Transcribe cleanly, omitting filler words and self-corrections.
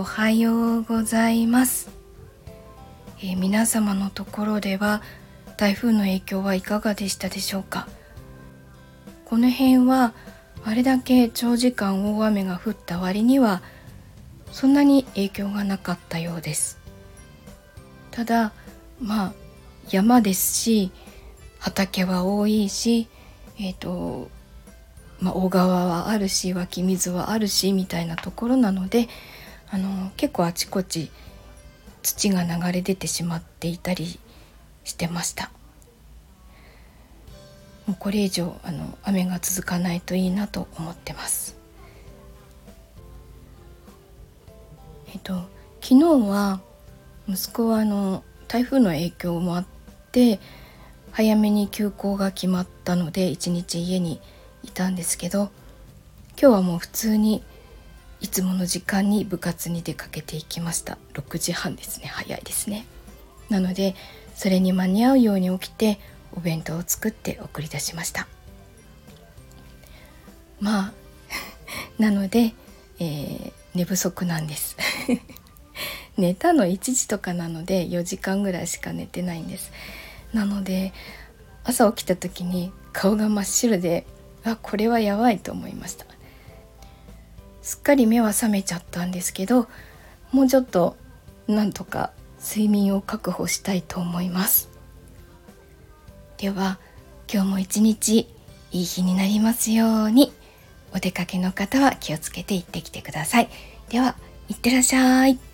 はようございます。皆様のところでは台風の影響はいかがでしたでしょうか。この辺はあれだけ長時間大雨が降った割にはそんなに影響がなかったようです。ただ山ですし畑は多いし、小川はあるし湧き水はあるしみたいなところなので結構あちこち土が流れ出てしまっていたりしてました。もうこれ以上雨が続かないといいなと思ってます。昨日は息子は台風の影響もあって早めに休校が決まったので一日家にいたんですけど、今日はもう普通にいつもの時間に部活に出かけていきました。6時半ですね。早いですね。なのでそれに間に合うように起きてお弁当を作って送り出しました。なので、寝不足なんです寝たの1時とかなので4時間ぐらいしか寝てないんです。なので朝起きた時に顔が真っ白で、これはやばいと思いました。すっかり目は覚めちゃったんですけど、もうちょっとなんとか睡眠を確保したいと思います。では今日も一日いい日になりますように。お出かけの方は気をつけて行ってきてください。では、いってらっしゃい。